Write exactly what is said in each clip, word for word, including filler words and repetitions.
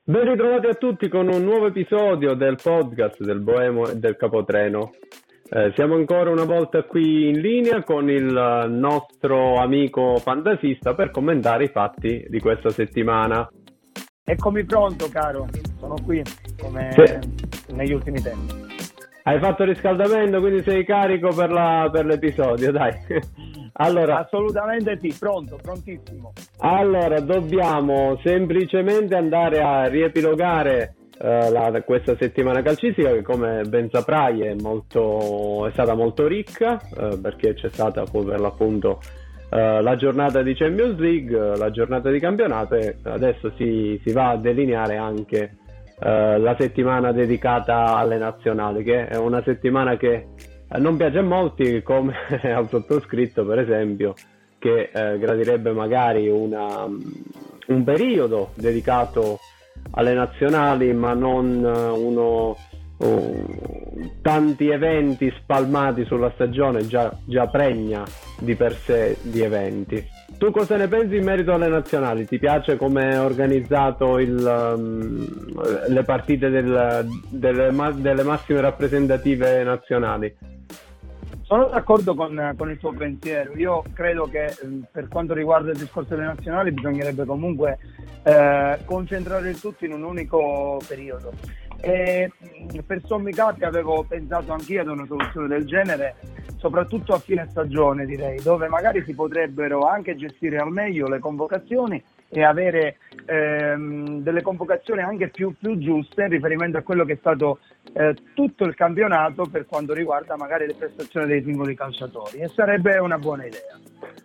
Ben ritrovati a tutti con un nuovo episodio del podcast del Boemo e del Capotreno. Eh, siamo ancora una volta qui in linea con il nostro amico fantasista per commentare i fatti di questa settimana. Eccomi pronto, caro, sono qui come sì. negli ultimi tempi. Hai fatto riscaldamento, quindi sei carico per, la, per l'episodio, dai. Allora, assolutamente sì, pronto, prontissimo. Allora, dobbiamo semplicemente andare a riepilogare uh, la, questa settimana calcistica che, come ben saprai, è, molto, è stata molto ricca uh, perché c'è stata poi per l'appunto uh, la giornata di Champions League, la giornata di campionato e adesso si, si va a delineare anche uh, la settimana dedicata alle nazionali, che è una settimana che non piace a molti, come al sottoscritto per esempio, che eh, gradirebbe magari una, un periodo dedicato alle nazionali ma non uno uh, tanti eventi spalmati sulla stagione già, già pregna di per sé di eventi. Tu cosa ne pensi in merito alle nazionali? Ti piace come è organizzato il, um, le partite del, delle, delle massime rappresentative nazionali? Sono d'accordo con, con il tuo pensiero. Io credo che per quanto riguarda il discorso delle nazionali bisognerebbe comunque eh, concentrare il tutto in un unico periodo. E per sommi capi avevo pensato anch'io ad una soluzione del genere, soprattutto a fine stagione, direi, dove magari si potrebbero anche gestire al meglio le convocazioni e avere ehm, delle convocazioni anche più, più giuste in riferimento a quello che è stato eh, tutto il campionato per quanto riguarda magari le prestazioni dei singoli calciatori, e sarebbe una buona idea.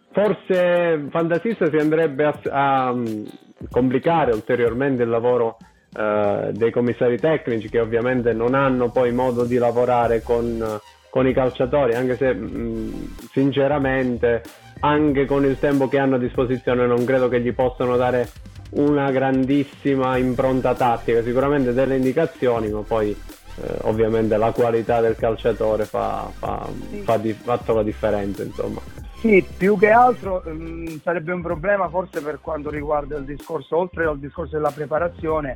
Forse fantasista si andrebbe a, a complicare ulteriormente il lavoro eh, dei commissari tecnici, che ovviamente non hanno poi modo di lavorare con, con i calciatori, anche se mh, sinceramente anche con il tempo che hanno a disposizione non credo che gli possano dare una grandissima impronta tattica, sicuramente delle indicazioni, ma poi eh, ovviamente la qualità del calciatore fa, fa, fa, di, fa la differenza, insomma. Sì, più che altro mh, sarebbe un problema forse per quanto riguarda il discorso, oltre al discorso della preparazione,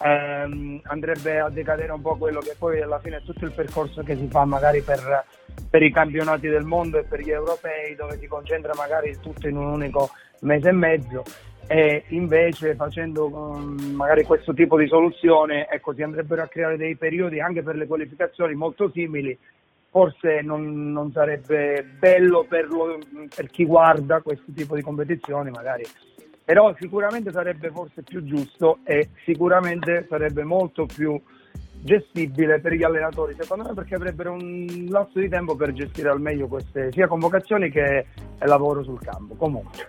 ehm, andrebbe a decadere un po' quello che poi alla fine è tutto il percorso che si fa magari per, per i campionati del mondo e per gli europei, dove si concentra magari tutto in un unico mese e mezzo, e invece facendo um, magari questo tipo di soluzione, ecco, si andrebbero a creare dei periodi anche per le qualificazioni molto simili. Forse non, non sarebbe bello per, lo, per chi guarda questo tipo di competizioni magari, però sicuramente sarebbe forse più giusto e sicuramente sarebbe molto più gestibile per gli allenatori, secondo me, perché avrebbero un lasso di tempo per gestire al meglio queste sia convocazioni che lavoro sul campo. Comunque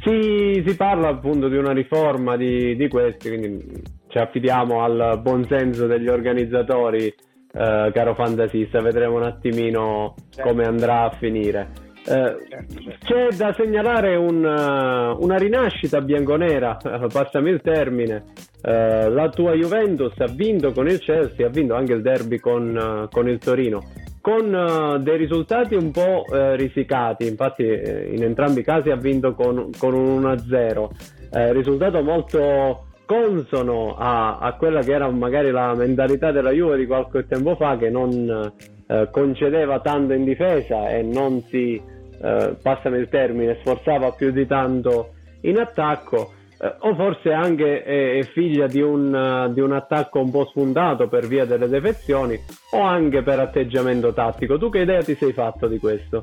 si, si parla appunto di una riforma di, di questi, quindi ci affidiamo al buonsenso degli organizzatori. Uh, caro fantasista, vedremo un attimino certo. come andrà a finire. Uh, certo, certo. C'è da segnalare un, uh, una rinascita bianconera, uh, passami il termine. Uh, la tua Juventus ha vinto con il Chelsea, ha vinto anche il derby con, uh, con il Torino, con uh, dei risultati un po' uh, risicati. Infatti uh, in entrambi i casi ha vinto con, con un uno a zero, uh, risultato molto consono a, a quella che era magari la mentalità della Juve di qualche tempo fa, che non eh, concedeva tanto in difesa e non si, eh, passami il termine, sforzava più di tanto in attacco, eh, o forse anche è, è figlia di un, uh, di un attacco un po' spuntato per via delle defezioni o anche per atteggiamento tattico. Tu che idea ti sei fatto di questo?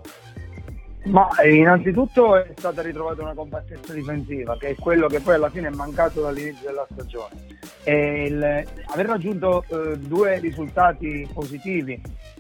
Ma innanzitutto è stata ritrovata una compattezza difensiva, che è quello che poi alla fine è mancato dall'inizio della stagione, e il, aver raggiunto eh, due risultati positivi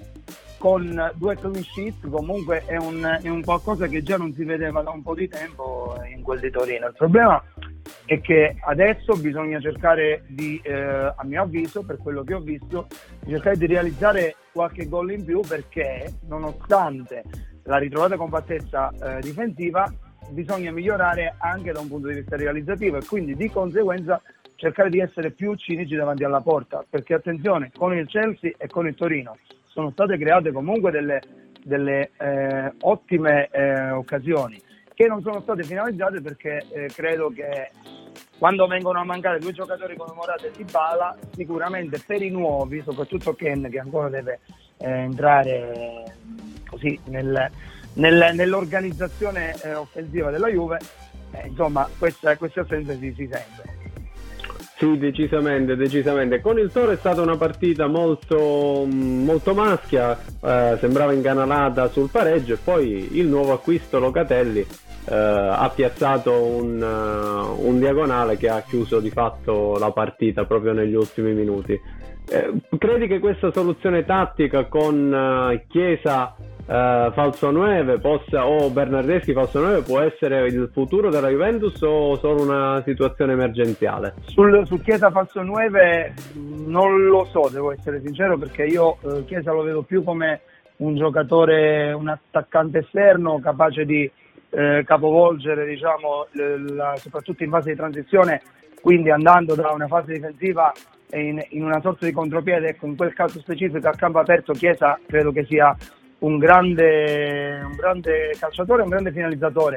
con due clean sheet comunque è un, è un qualcosa che già non si vedeva da un po' di tempo in quel di Torino. Il problema è che adesso bisogna cercare di, eh, a mio avviso, per quello che ho visto, cercare di realizzare qualche gol in più, perché nonostante la ritrovata compattezza eh, difensiva bisogna migliorare anche da un punto di vista realizzativo, e quindi di conseguenza cercare di essere più cinici davanti alla porta, perché attenzione, con il Chelsea e con il Torino sono state create comunque delle, delle eh, ottime eh, occasioni che non sono state finalizzate, perché eh, credo che quando vengono a mancare due giocatori come Morata e Dybala, sicuramente per i nuovi, soprattutto Ken che ancora deve eh, entrare così nel, nel, nell'organizzazione eh, offensiva della Juve, eh, insomma questa, queste assenze si, si sentono. Sì, decisamente, decisamente. Con il Toro è stata una partita molto, molto maschia, eh, sembrava incanalata sul pareggio, e poi il nuovo acquisto Locatelli eh, ha piazzato un, uh, un diagonale che ha chiuso di fatto la partita proprio negli ultimi minuti. Eh, credi che questa soluzione tattica con uh, Chiesa Uh, falso nove possa, o Bernardeschi falso nove può essere il futuro della Juventus o solo una situazione emergenziale? Sul, su Chiesa falso nove non lo so, devo essere sincero, perché io eh, Chiesa lo vedo più come un giocatore, un attaccante esterno capace di eh, capovolgere, diciamo, l- la, soprattutto in fase di transizione, quindi andando da una fase difensiva in, in una sorta di contropiede. Ecco, in quel caso specifico a campo aperto Chiesa credo che sia un grande, un grande calciatore, un grande finalizzatore.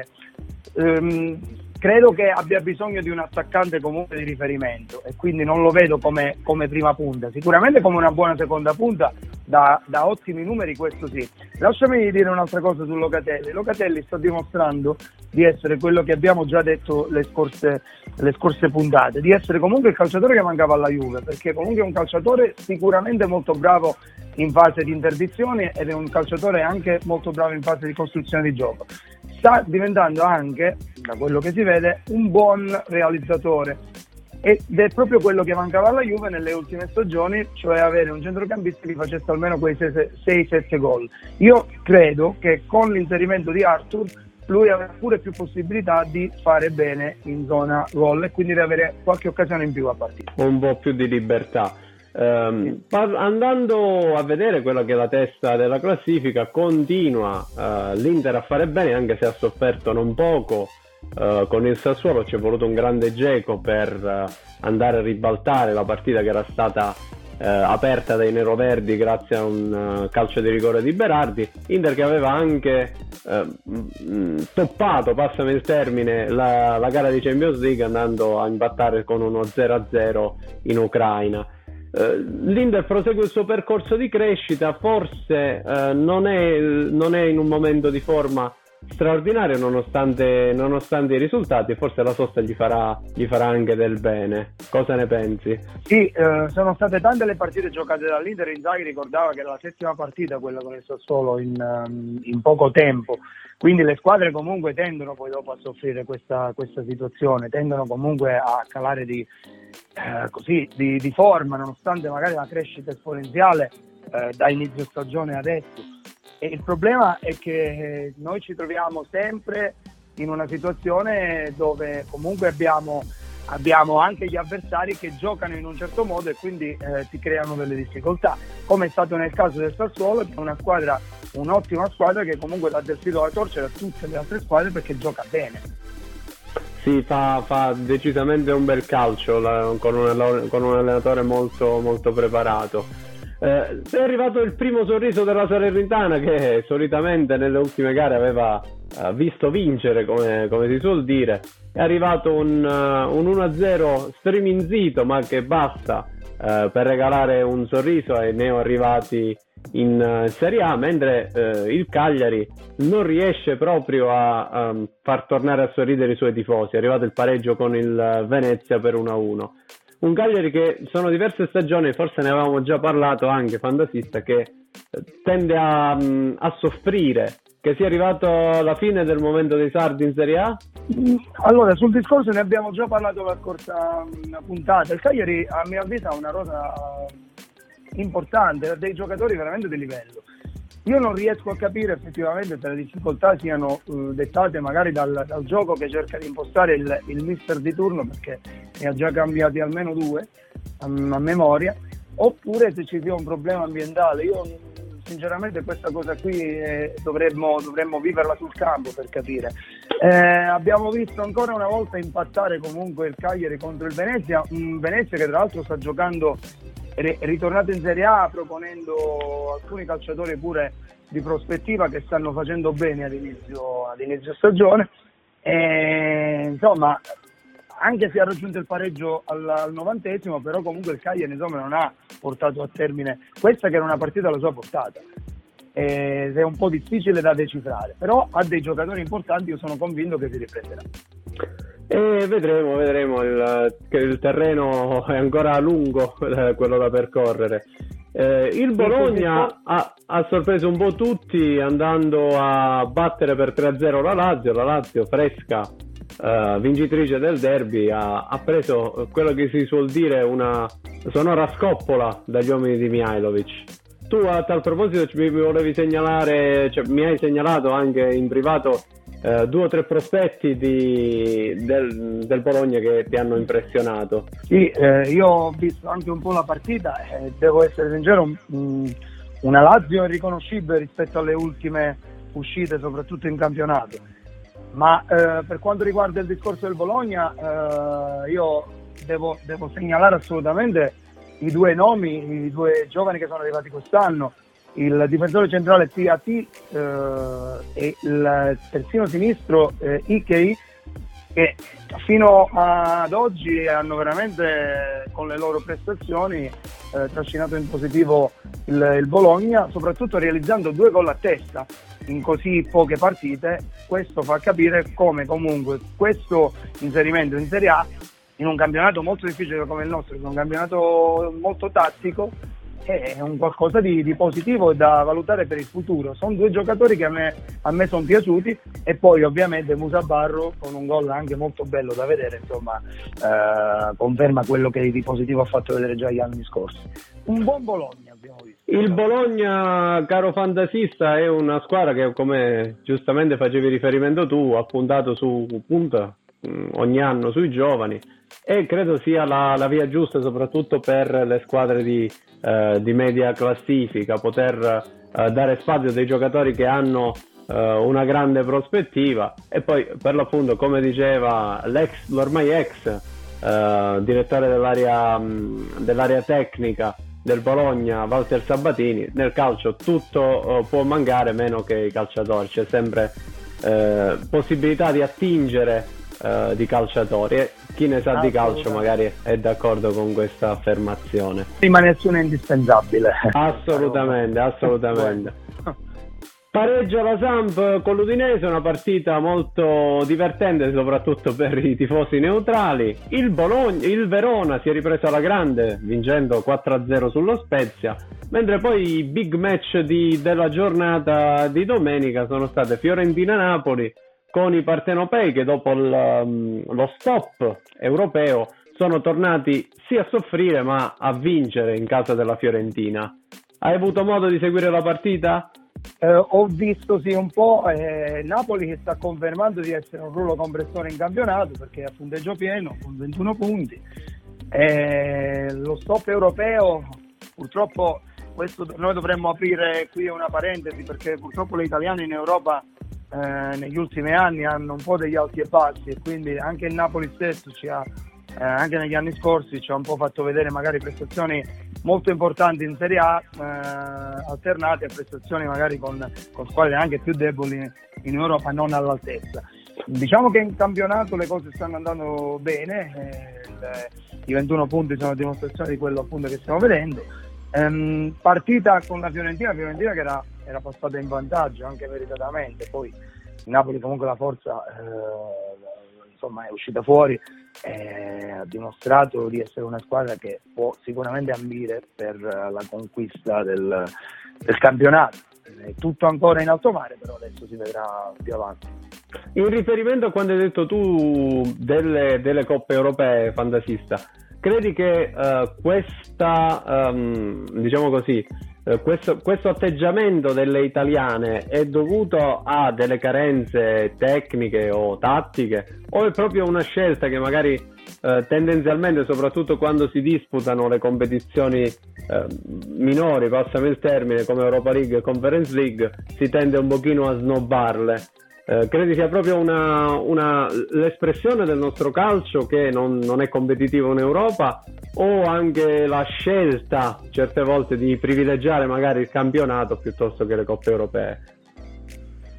Um, credo che abbia bisogno di un attaccante comunque di riferimento e quindi non lo vedo come, come prima punta, sicuramente come una buona seconda punta da, da ottimi numeri, questo sì. Lasciami dire un'altra cosa su Locatelli. Locatelli sta dimostrando di essere quello che abbiamo già detto le scorse, le scorse puntate, di essere comunque il calciatore che mancava alla Juve, perché comunque è un calciatore sicuramente molto bravo in fase di interdizione ed è un calciatore anche molto bravo in fase di costruzione di gioco. Sta diventando anche, da quello che si vede, un buon realizzatore ed è proprio quello che mancava alla Juve nelle ultime stagioni, cioè avere un centrocampista che facesse almeno quei sei sette gol. Io credo che con l'inserimento di Arthur lui avrà pure più possibilità di fare bene in zona gol e quindi di avere qualche occasione in più a partita. Un po' più di libertà. Um, andando a vedere quella che è la testa della classifica, continua uh, l'Inter a fare bene, anche se ha sofferto non poco uh, con il Sassuolo. Ci è voluto un grande Dzeko per uh, andare a ribaltare la partita che era stata uh, aperta dai neroverdi grazie a un uh, calcio di rigore di Berardi. Inter che aveva anche uh, toppato, passami il termine, la, la gara di Champions League andando a impattare con uno zero a zero in Ucraina. Uh, L'Inter prosegue il suo percorso di crescita, forse uh, non, è, non è in un momento di forma straordinario nonostante, nonostante i risultati, forse la sosta gli farà, gli farà anche del bene. Cosa ne pensi? Sì, uh, sono state tante le partite giocate dall'Inter. Inzaghi ricordava che era la settima partita quella con il Sassuolo in, um, in poco tempo, quindi le squadre comunque tendono poi dopo a soffrire questa, questa situazione, tendono comunque a calare di Eh, così di, di forma, nonostante magari la crescita esponenziale eh, da inizio stagione adesso. E il problema è che noi ci troviamo sempre in una situazione dove comunque abbiamo, abbiamo anche gli avversari che giocano in un certo modo e quindi eh, si creano delle difficoltà, come è stato nel caso del Sassuolo, che è una squadra, un'ottima squadra che comunque dà del filo da torcere a tutte le altre squadre perché gioca bene. Sì, fa, fa decisamente un bel calcio la, con, un, con un allenatore molto, molto preparato. Eh, è arrivato il primo sorriso della Salernitana, che solitamente nelle ultime gare aveva uh, visto vincere, come, come si suol dire. È arrivato un, uh, un uno a zero striminzito, ma che basta uh, per regalare un sorriso ai neoarrivati in uh, Serie A, mentre uh, il Cagliari non riesce proprio a um, far tornare a sorridere i suoi tifosi. È arrivato il pareggio con il uh, Venezia per uno a uno. Un Cagliari che sono diverse stagioni, forse ne avevamo già parlato anche Fantasista, che tende a, um, a soffrire. Che sia arrivato alla fine del momento dei sardi in Serie A? Allora, sul discorso ne abbiamo già parlato la scorsa puntata. Il Cagliari, a mio avviso, ha una rosa importante, dei giocatori veramente di livello. Io non riesco a capire effettivamente se le difficoltà siano uh, dettate magari dal, dal gioco che cerca di impostare il, il mister di turno, perché ne ha già cambiati almeno due a, a memoria, oppure se ci sia un problema ambientale. Io sinceramente questa cosa qui eh, dovremmo, dovremmo viverla sul campo per capire. Eh, abbiamo visto ancora una volta impattare comunque il Cagliari contro il Venezia, un Venezia che tra l'altro sta giocando, è ritornato in Serie A proponendo alcuni calciatori pure di prospettiva che stanno facendo bene ad inizio, ad inizio stagione. E, insomma, anche se ha raggiunto il pareggio al, al novantesimo, però comunque il Cagliari insomma non ha portato a termine questa che era una partita alla sua portata. Ed è un po' difficile da decifrare, però ha dei giocatori importanti, io sono convinto che si riprenderà. E vedremo, vedremo, il, che il terreno è ancora lungo, quello da percorrere. Eh, il Bologna ha, ha sorpreso un po' tutti andando a battere per tre a zero la Lazio, la Lazio fresca, eh, vincitrice del derby, ha, ha preso quello che si suol dire una sonora scoppola dagli uomini di Mihajlovic. Tu a tal proposito mi volevi segnalare, cioè mi hai segnalato anche in privato eh, due o tre prospetti di, del, del Bologna che ti hanno impressionato. Sì, eh, io ho visto anche un po' la partita e eh, devo essere sincero, mh, una Lazio irriconoscibile rispetto alle ultime uscite, soprattutto in campionato. Ma eh, per quanto riguarda il discorso del Bologna, eh, io devo, devo segnalare assolutamente i due nomi, i due giovani che sono arrivati quest'anno, il difensore centrale T A T eh, e il terzino sinistro eh, Ikei, che fino ad oggi hanno veramente con le loro prestazioni eh, trascinato in positivo il, il Bologna, soprattutto realizzando due gol a testa in così poche partite. Questo fa capire come comunque questo inserimento in Serie A, in un campionato molto difficile come il nostro, in un campionato molto tattico, è un qualcosa di, di positivo da valutare per il futuro. Sono due giocatori che a me, a me sono piaciuti, e poi ovviamente Musa Barro con un gol anche molto bello da vedere, insomma eh, conferma quello che di positivo ha fatto vedere già gli anni scorsi. Un buon Bologna abbiamo visto. Il Bologna, caro fantasista, è una squadra che, come giustamente facevi riferimento tu, ha puntato su punta ogni anno sui giovani, e credo sia la, la via giusta soprattutto per le squadre di, eh, di media classifica, poter eh, dare spazio a dei giocatori che hanno eh, una grande prospettiva. E poi per l'appunto, come diceva l'ex, l'ormai ex eh, direttore dell'area, mh, dell'area tecnica del Bologna, Walter Sabatini, nel calcio tutto eh, può mancare meno che i calciatori, c'è sempre eh, possibilità di attingere Uh, di calciatori, e chi ne sa di calcio magari è d'accordo con questa affermazione. Prima nessuno è indispensabile. Assolutamente, assolutamente. Pareggio la Samp con l'Udinese, una partita molto divertente soprattutto per i tifosi neutrali. Il Bologna, il Verona si è ripreso alla grande vincendo quattro a zero sullo Spezia, mentre poi i big match di, della giornata di domenica sono state Fiorentina-Napoli, con i partenopei che dopo il, lo stop europeo sono tornati sì a soffrire ma a vincere in casa della Fiorentina. Hai avuto modo di seguire la partita? Eh, ho visto sì un po', eh, Napoli che sta confermando di essere un rullo compressore in campionato perché è a punteggio pieno con ventuno punti. Eh, lo stop europeo, purtroppo questo, noi dovremmo aprire qui una parentesi, perché purtroppo gli italiani in Europa Eh, negli ultimi anni hanno un po' degli alti e bassi, e quindi anche il Napoli stesso ci ha, eh, anche negli anni scorsi ci ha un po' fatto vedere magari prestazioni molto importanti in Serie A eh, alternate a prestazioni magari con, con squadre anche più deboli in Europa, non all'altezza. Diciamo che in campionato le cose stanno andando bene, eh, le, i ventuno punti sono dimostrazione di quello appunto che stiamo vedendo. Ehm, partita con la Fiorentina, Fiorentina che era, era passata in vantaggio anche meritatamente, poi il Napoli comunque la forza eh, insomma è uscita fuori e ha dimostrato di essere una squadra che può sicuramente ambire per la conquista del, del campionato. È tutto ancora in alto mare, però adesso si vedrà più avanti. In riferimento a quando hai detto tu delle, delle coppe europee, fantasista, credi che uh, questa, um, diciamo così, uh, questo, questo atteggiamento delle italiane è dovuto a delle carenze tecniche o tattiche, o è proprio una scelta che magari uh, tendenzialmente, soprattutto quando si disputano le competizioni uh, minori, passami il termine, come Europa League e Conference League, si tende un pochino a snobbarle? Eh, credi sia proprio una, una, l'espressione del nostro calcio che non, non è competitivo in Europa, o anche la scelta certe volte di privilegiare magari il campionato piuttosto che le coppe europee?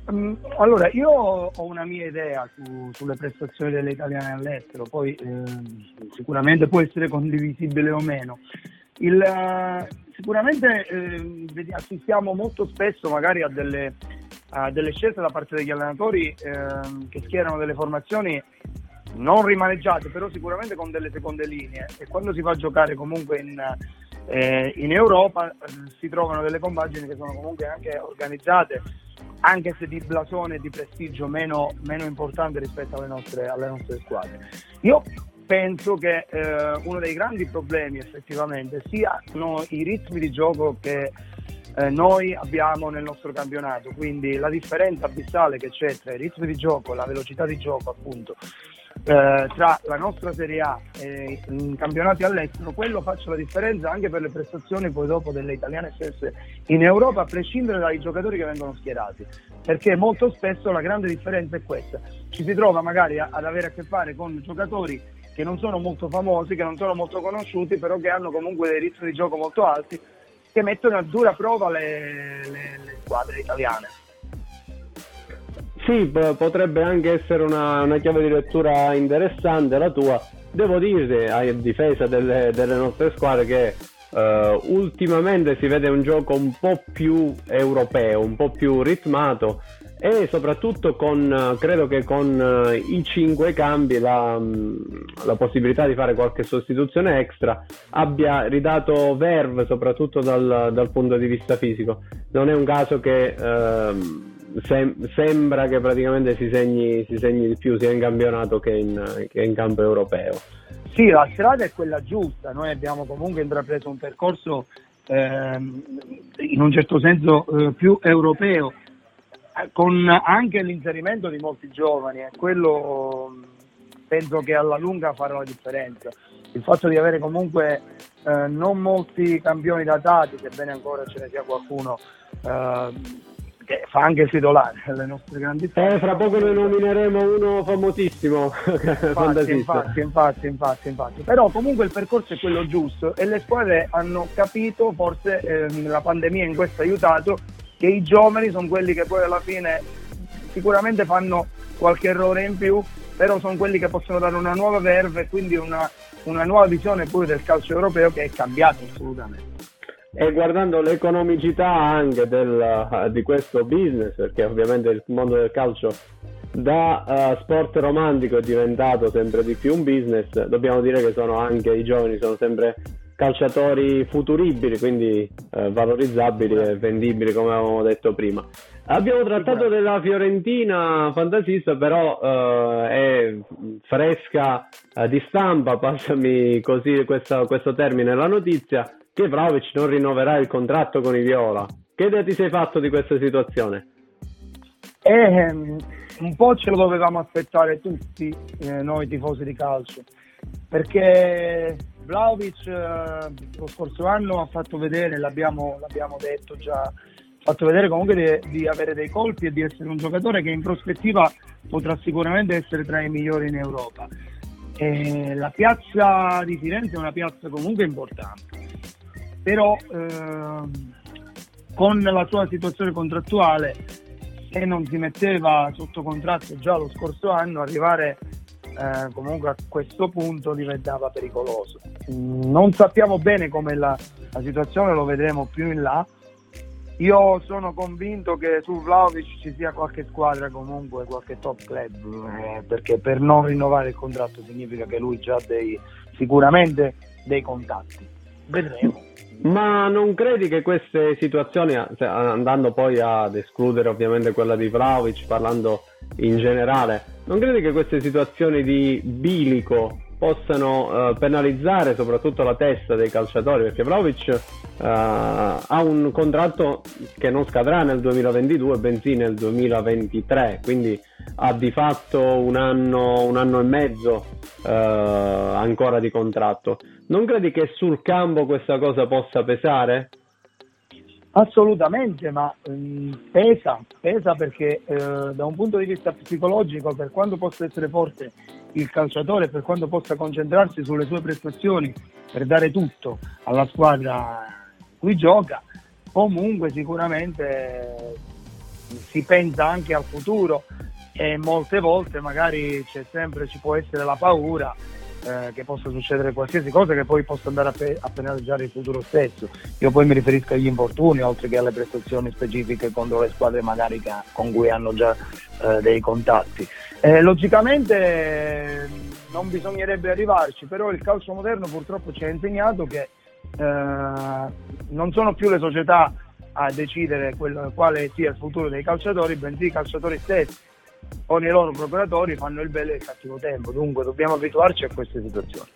Allora, io ho una mia idea su, sulle prestazioni delle italiane all'estero, poi eh, sicuramente può essere condivisibile o meno. Il, uh, sicuramente eh, assistiamo molto spesso magari a delle, a delle scelte da parte degli allenatori eh, che schierano delle formazioni non rimaneggiate, però sicuramente con delle seconde linee, e quando si va a giocare comunque in, eh, in Europa eh, si trovano delle compagini che sono comunque anche organizzate, anche se di blasone e di prestigio meno, meno importante rispetto alle nostre, alle nostre squadre. Io penso che eh, uno dei grandi problemi effettivamente siano i ritmi di gioco che eh, noi abbiamo nel nostro campionato, quindi la differenza abissale che c'è tra i ritmi di gioco e la velocità di gioco appunto eh, tra la nostra Serie A e i campionati all'estero, quello faccia la differenza anche per le prestazioni poi dopo delle italiane stesse in Europa, a prescindere dai giocatori che vengono schierati, perché molto spesso la grande differenza è questa: ci si trova magari a, ad avere a che fare con giocatori che non sono molto famosi, che non sono molto conosciuti, però che hanno comunque dei ritmi di gioco molto alti, che mettono a dura prova le, le, le squadre italiane. Sì, p- potrebbe anche essere una, una chiave di lettura interessante la tua. Devo dire, a difesa delle, delle nostre squadre, che uh, ultimamente si vede un gioco un po' più europeo, un po' più ritmato, e soprattutto con, credo che con uh, i cinque cambi la, la possibilità di fare qualche sostituzione extra abbia ridato verve, soprattutto dal, dal punto di vista fisico. Non è un caso che uh, sem- sembra che praticamente si segni, si segni di più sia in campionato che in, che in campo europeo. Sì, la strada è quella giusta. Noi abbiamo comunque intrapreso un percorso ehm, in un certo senso eh, più europeo, con anche l'inserimento di molti giovani, e quello penso che alla lunga farà la differenza. Il fatto di avere comunque eh, non molti campioni datati, sebbene ancora ce ne sia qualcuno eh, che fa anche il titolare alle nostre grandi squadre. Eh, fra poco ne nomineremo uno famosissimo. Infatti, infatti, infatti, infatti, infatti. Però comunque il percorso è quello giusto, e le squadre hanno capito, forse eh, la pandemia in questo ha aiutato, che i giovani sono quelli che poi alla fine sicuramente fanno qualche errore in più, però sono quelli che possono dare una nuova verve e quindi una, una nuova visione pure del calcio europeo, che è cambiato assolutamente. E guardando l'economicità anche del, di questo business, perché ovviamente il mondo del calcio da uh, sport romantico è diventato sempre di più un business, dobbiamo dire che sono anche i giovani sono sempre calciatori futuribili, quindi eh, valorizzabili e vendibili, come avevamo detto prima. Abbiamo trattato della Fiorentina, fantasista, però eh, è fresca eh, di stampa, passami così questo, questo termine, la notizia che Vlahovic non rinnoverà il contratto con i Viola. Che idea ti sei fatto di questa situazione? Eh, un po' ce lo dovevamo aspettare tutti eh, noi tifosi di calcio, perché Vlahovic eh, lo scorso anno ha fatto vedere, l'abbiamo, l'abbiamo detto già, ha fatto vedere comunque di, di avere dei colpi e di essere un giocatore che in prospettiva potrà sicuramente essere tra i migliori in Europa. E la piazza di Firenze è una piazza comunque importante, però eh, con la sua situazione contrattuale, se non si metteva sotto contratto già lo scorso anno, arrivare Eh, comunque a questo punto diventava pericoloso. Non sappiamo bene come la, la situazione, lo vedremo più in là. Io sono convinto che su Vlahovic ci sia qualche squadra, comunque qualche top club, eh, perché per non rinnovare il contratto significa che lui già ha dei, sicuramente dei contatti. Vedremo. Ma non credi che queste situazioni, cioè, andando poi ad escludere ovviamente quella di Vlahovic, parlando in generale, non credi che queste situazioni di bilico possano uh, penalizzare soprattutto la testa dei calciatori? Perché Vlahovic uh, ha un contratto che non scadrà nel duemilaventidue, bensì nel duemilaventitré, quindi ha di fatto un anno, un anno e mezzo uh, ancora di contratto. Non credi che sul campo questa cosa possa pesare? Assolutamente, ma mh, pesa, pesa perché eh, da un punto di vista psicologico, per quanto possa essere forte il calciatore, per quanto possa concentrarsi sulle sue prestazioni per dare tutto alla squadra cui gioca, comunque sicuramente si pensa anche al futuro e molte volte magari c'è sempre, ci può essere la paura eh, che possa succedere qualsiasi cosa che poi possa andare a, pe- a penalizzare il futuro stesso. Io poi mi riferisco agli infortuni oltre che alle prestazioni specifiche contro le squadre magari che, con cui hanno già eh, dei contatti. Eh, logicamente eh, non bisognerebbe arrivarci, però il calcio moderno purtroppo ci ha insegnato che eh, non sono più le società a decidere quello, quale sia il futuro dei calciatori, bensì i calciatori stessi o nei loro procuratori fanno il bello e il cattivo tempo, dunque dobbiamo abituarci a queste situazioni.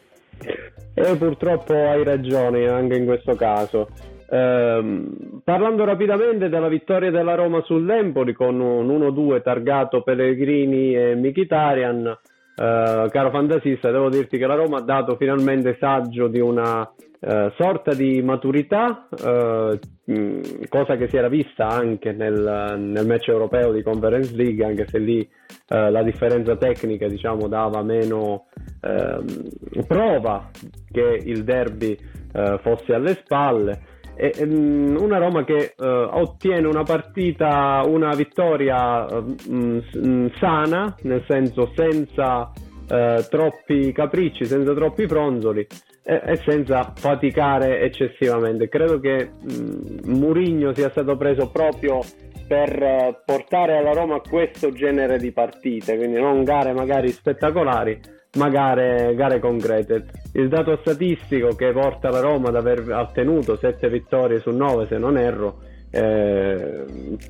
E purtroppo hai ragione anche in questo caso. Eh, parlando rapidamente della vittoria della Roma sull'Empoli con un uno due targato Pellegrini e Mkhitaryan, eh, caro fantasista, devo dirti che la Roma ha dato finalmente saggio di una eh, sorta di maturità, eh, mh, cosa che si era vista anche nel, nel match europeo di Conference League, anche se lì eh, la differenza tecnica diciamo dava meno eh, prova che il derby eh, fosse alle spalle. E, um, una Roma che uh, ottiene una partita, una vittoria um, sana, nel senso senza uh, troppi capricci, senza troppi fronzoli e, e senza faticare eccessivamente. Credo che um, Mourinho sia stato preso proprio per uh, portare alla Roma questo genere di partite, quindi non gare magari spettacolari, ma gare, gare concrete. Il dato statistico che porta la Roma ad aver ottenuto sette vittorie su nove, se non erro, eh,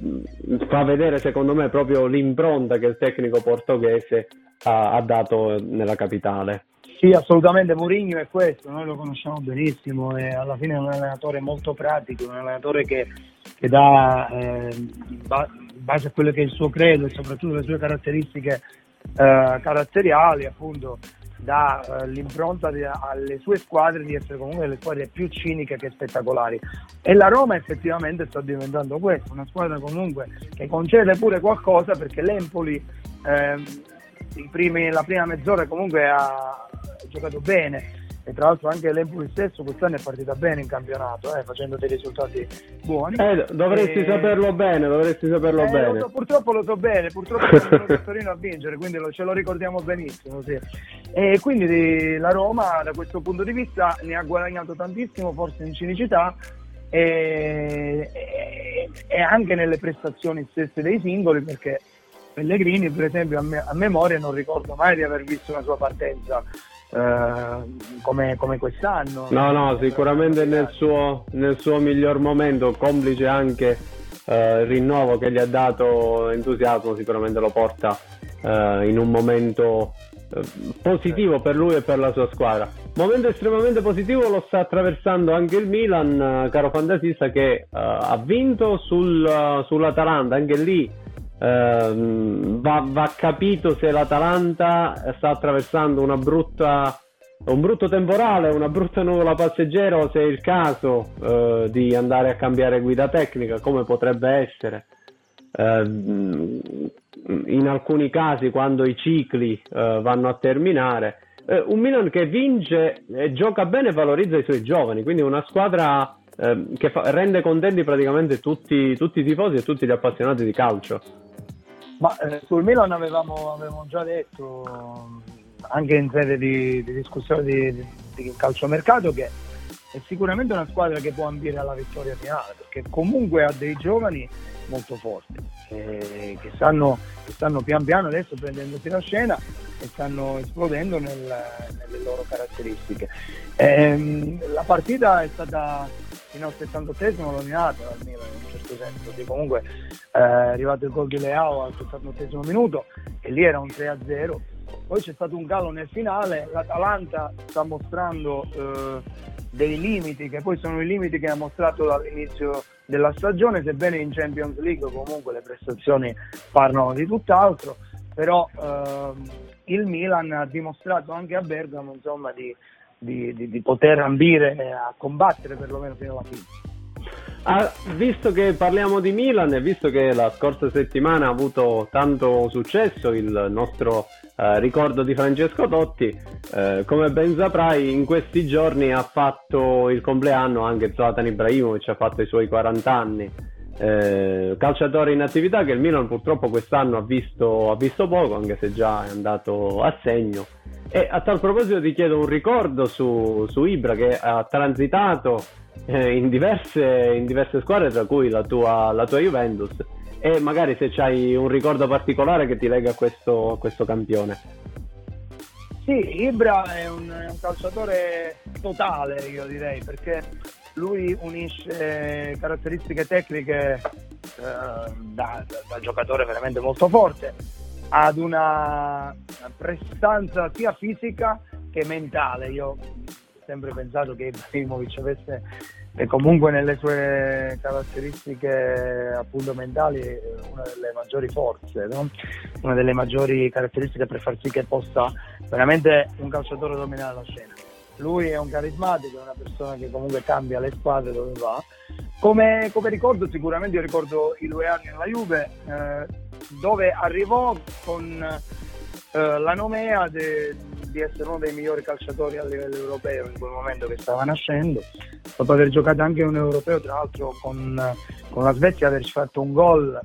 fa vedere secondo me proprio l'impronta che il tecnico portoghese ha, ha dato nella capitale. Sì, assolutamente, Mourinho è questo, noi lo conosciamo benissimo e alla fine è un allenatore molto pratico, un allenatore che, che dà, eh, in base a quello che è il suo credo e soprattutto le sue caratteristiche Uh, caratteriali, appunto dà uh, l'impronta di, alle sue squadre di essere comunque delle squadre più ciniche che spettacolari, e la Roma effettivamente sta diventando questo, una squadra comunque che concede pure qualcosa, perché l'Empoli eh, i primi, la prima mezz'ora comunque ha giocato bene, e tra l'altro anche l'Empoli stesso quest'anno è partita bene in campionato, eh, facendo dei risultati buoni. Eh, dovresti e... saperlo bene, dovresti saperlo eh, bene. Lo so, purtroppo lo so bene, purtroppo non sono il Torino a vincere, quindi lo, ce lo ricordiamo benissimo. Sì. E quindi la Roma da questo punto di vista ne ha guadagnato tantissimo, forse in cinicità e, e, e anche nelle prestazioni stesse dei singoli, perché Pellegrini per esempio a, me, a memoria non ricordo mai di aver visto una sua partenza Uh, come, come quest'anno. No, no, sicuramente nel suo, nel suo miglior momento, complice anche uh, il rinnovo che gli ha dato entusiasmo, sicuramente lo porta uh, in un momento uh, positivo per lui e per la sua squadra. Momento estremamente positivo lo sta attraversando anche il Milan, uh, caro fantasista, che uh, ha vinto sul, uh, sull'Atalanta, anche lì. Uh, va, va capito se l'Atalanta sta attraversando una brutta, un brutto temporale, una brutta nuvola passeggera, o se è il caso uh, di andare a cambiare guida tecnica, come potrebbe essere uh, in alcuni casi quando i cicli uh, vanno a terminare. Uh, un Milan che vince e gioca bene e valorizza i suoi giovani, quindi una squadra uh, che fa, rende contenti praticamente tutti, tutti i tifosi e tutti gli appassionati di calcio. Ma eh, sul Milan avevamo, avevamo già detto anche in sede di, di discussione di, di, di calciomercato che è sicuramente una squadra che può ambire alla vittoria finale, perché comunque ha dei giovani molto forti eh, che, stanno, che stanno pian piano adesso prendendosi la scena e stanno esplodendo nel, nelle loro caratteristiche. Eh, la partita è stata fino al settantottesimo dominata dal Milan in un certo senso, perché comunque eh, è arrivato il gol di Leao al settantottesimo minuto e lì era un tre a zero. Poi c'è stato un calo nel finale, l'Atalanta sta mostrando eh, dei limiti che poi sono i limiti che ha mostrato dall'inizio della stagione, sebbene in Champions League comunque le prestazioni parlano di tutt'altro, però eh, il Milan ha dimostrato anche a Bergamo insomma di, di, di, di poter ambire a combattere perlomeno fino alla fine. Ah, visto che parliamo di Milan e visto che la scorsa settimana ha avuto tanto successo il nostro eh, ricordo di Francesco Totti, eh, come ben saprai in questi giorni ha fatto il compleanno anche Zlatan Ibrahimovic, ha fatto i suoi quaranta anni, eh, calciatore in attività che il Milan purtroppo quest'anno ha visto, ha visto poco, anche se già è andato a segno. E a tal proposito ti chiedo un ricordo su, su Ibra, che ha transitato eh, in, diverse, in diverse squadre, tra cui la tua, la tua Juventus, e magari se c'hai un ricordo particolare che ti lega a questo, a questo campione. Sì, Ibra è un, è un calciatore totale, io direi, perché lui unisce caratteristiche tecniche eh, da, da, da giocatore veramente molto forte ad una prestanza sia fisica che mentale. Io ho sempre pensato che Ibrahimovic avesse e comunque nelle sue caratteristiche appunto mentali una delle maggiori forze, no? Una delle maggiori caratteristiche per far sì che possa veramente un calciatore dominare la scena. Lui è un carismatico, è una persona che comunque cambia le squadre dove va. Come, come ricordo, sicuramente io ricordo i due anni nella Juve, eh, dove arrivò con eh, la nomea de, di essere uno dei migliori calciatori a livello europeo in quel momento che stava nascendo, dopo aver giocato anche un europeo, tra l'altro con, con la Svezia, averci fatto un gol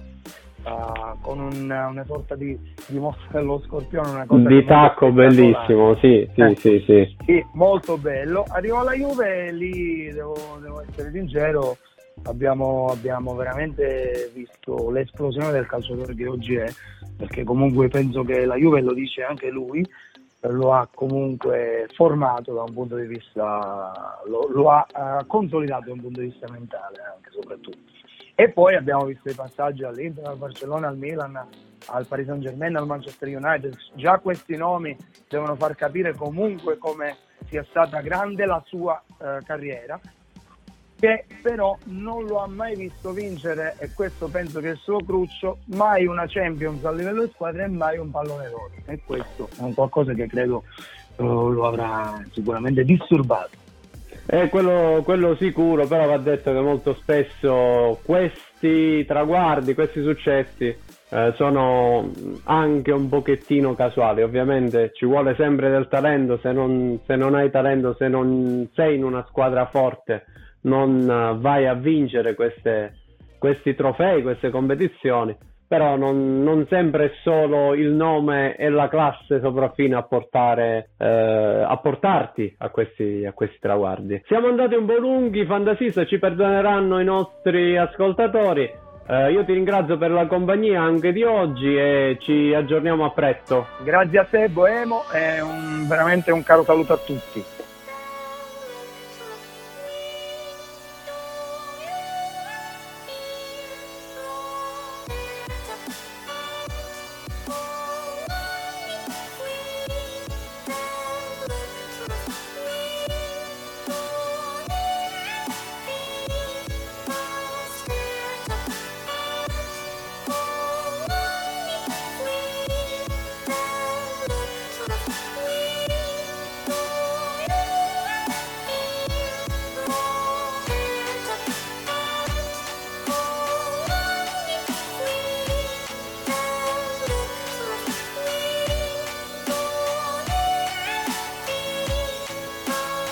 uh, con un, una sorta di, di mossa dello scorpione, una cosa di tacco bellissimo, sì, sì, eh, sì, sì. Sì, molto bello. Arrivò alla Juve e lì, devo, devo essere sincero, abbiamo, abbiamo veramente visto l'esplosione del calciatore che oggi è, perché comunque penso che la Juve, lo dice anche lui, lo ha comunque formato da un punto di vista, lo, lo ha uh, consolidato da un punto di vista mentale anche soprattutto. E poi abbiamo visto i passaggi all'Inter, al Barcellona, al Milan, al Paris Saint-Germain, al Manchester United. Già questi nomi devono far capire comunque come sia stata grande la sua uh, carriera, che però non lo ha mai visto vincere, e questo penso che è il suo cruccio, mai una Champions a livello di squadra e mai un pallone d'oro, e questo è un qualcosa che credo uh, lo avrà sicuramente disturbato. Eh, quello, quello sicuro, però va detto che molto spesso questi traguardi, questi successi eh, sono anche un pochettino casuali. Ovviamente ci vuole sempre del talento, se non, se non hai talento, se non sei in una squadra forte, non vai a vincere queste, questi trofei, queste competizioni, però non, non sempre è solo il nome e la classe sopraffine a portare eh, a portarti a questi, a questi traguardi. Siamo andati un po' lunghi, fantasista, ci perdoneranno i nostri ascoltatori. Eh, io ti ringrazio per la compagnia anche di oggi e ci aggiorniamo a presto. Grazie a te Boemo e un, veramente un caro saluto a tutti.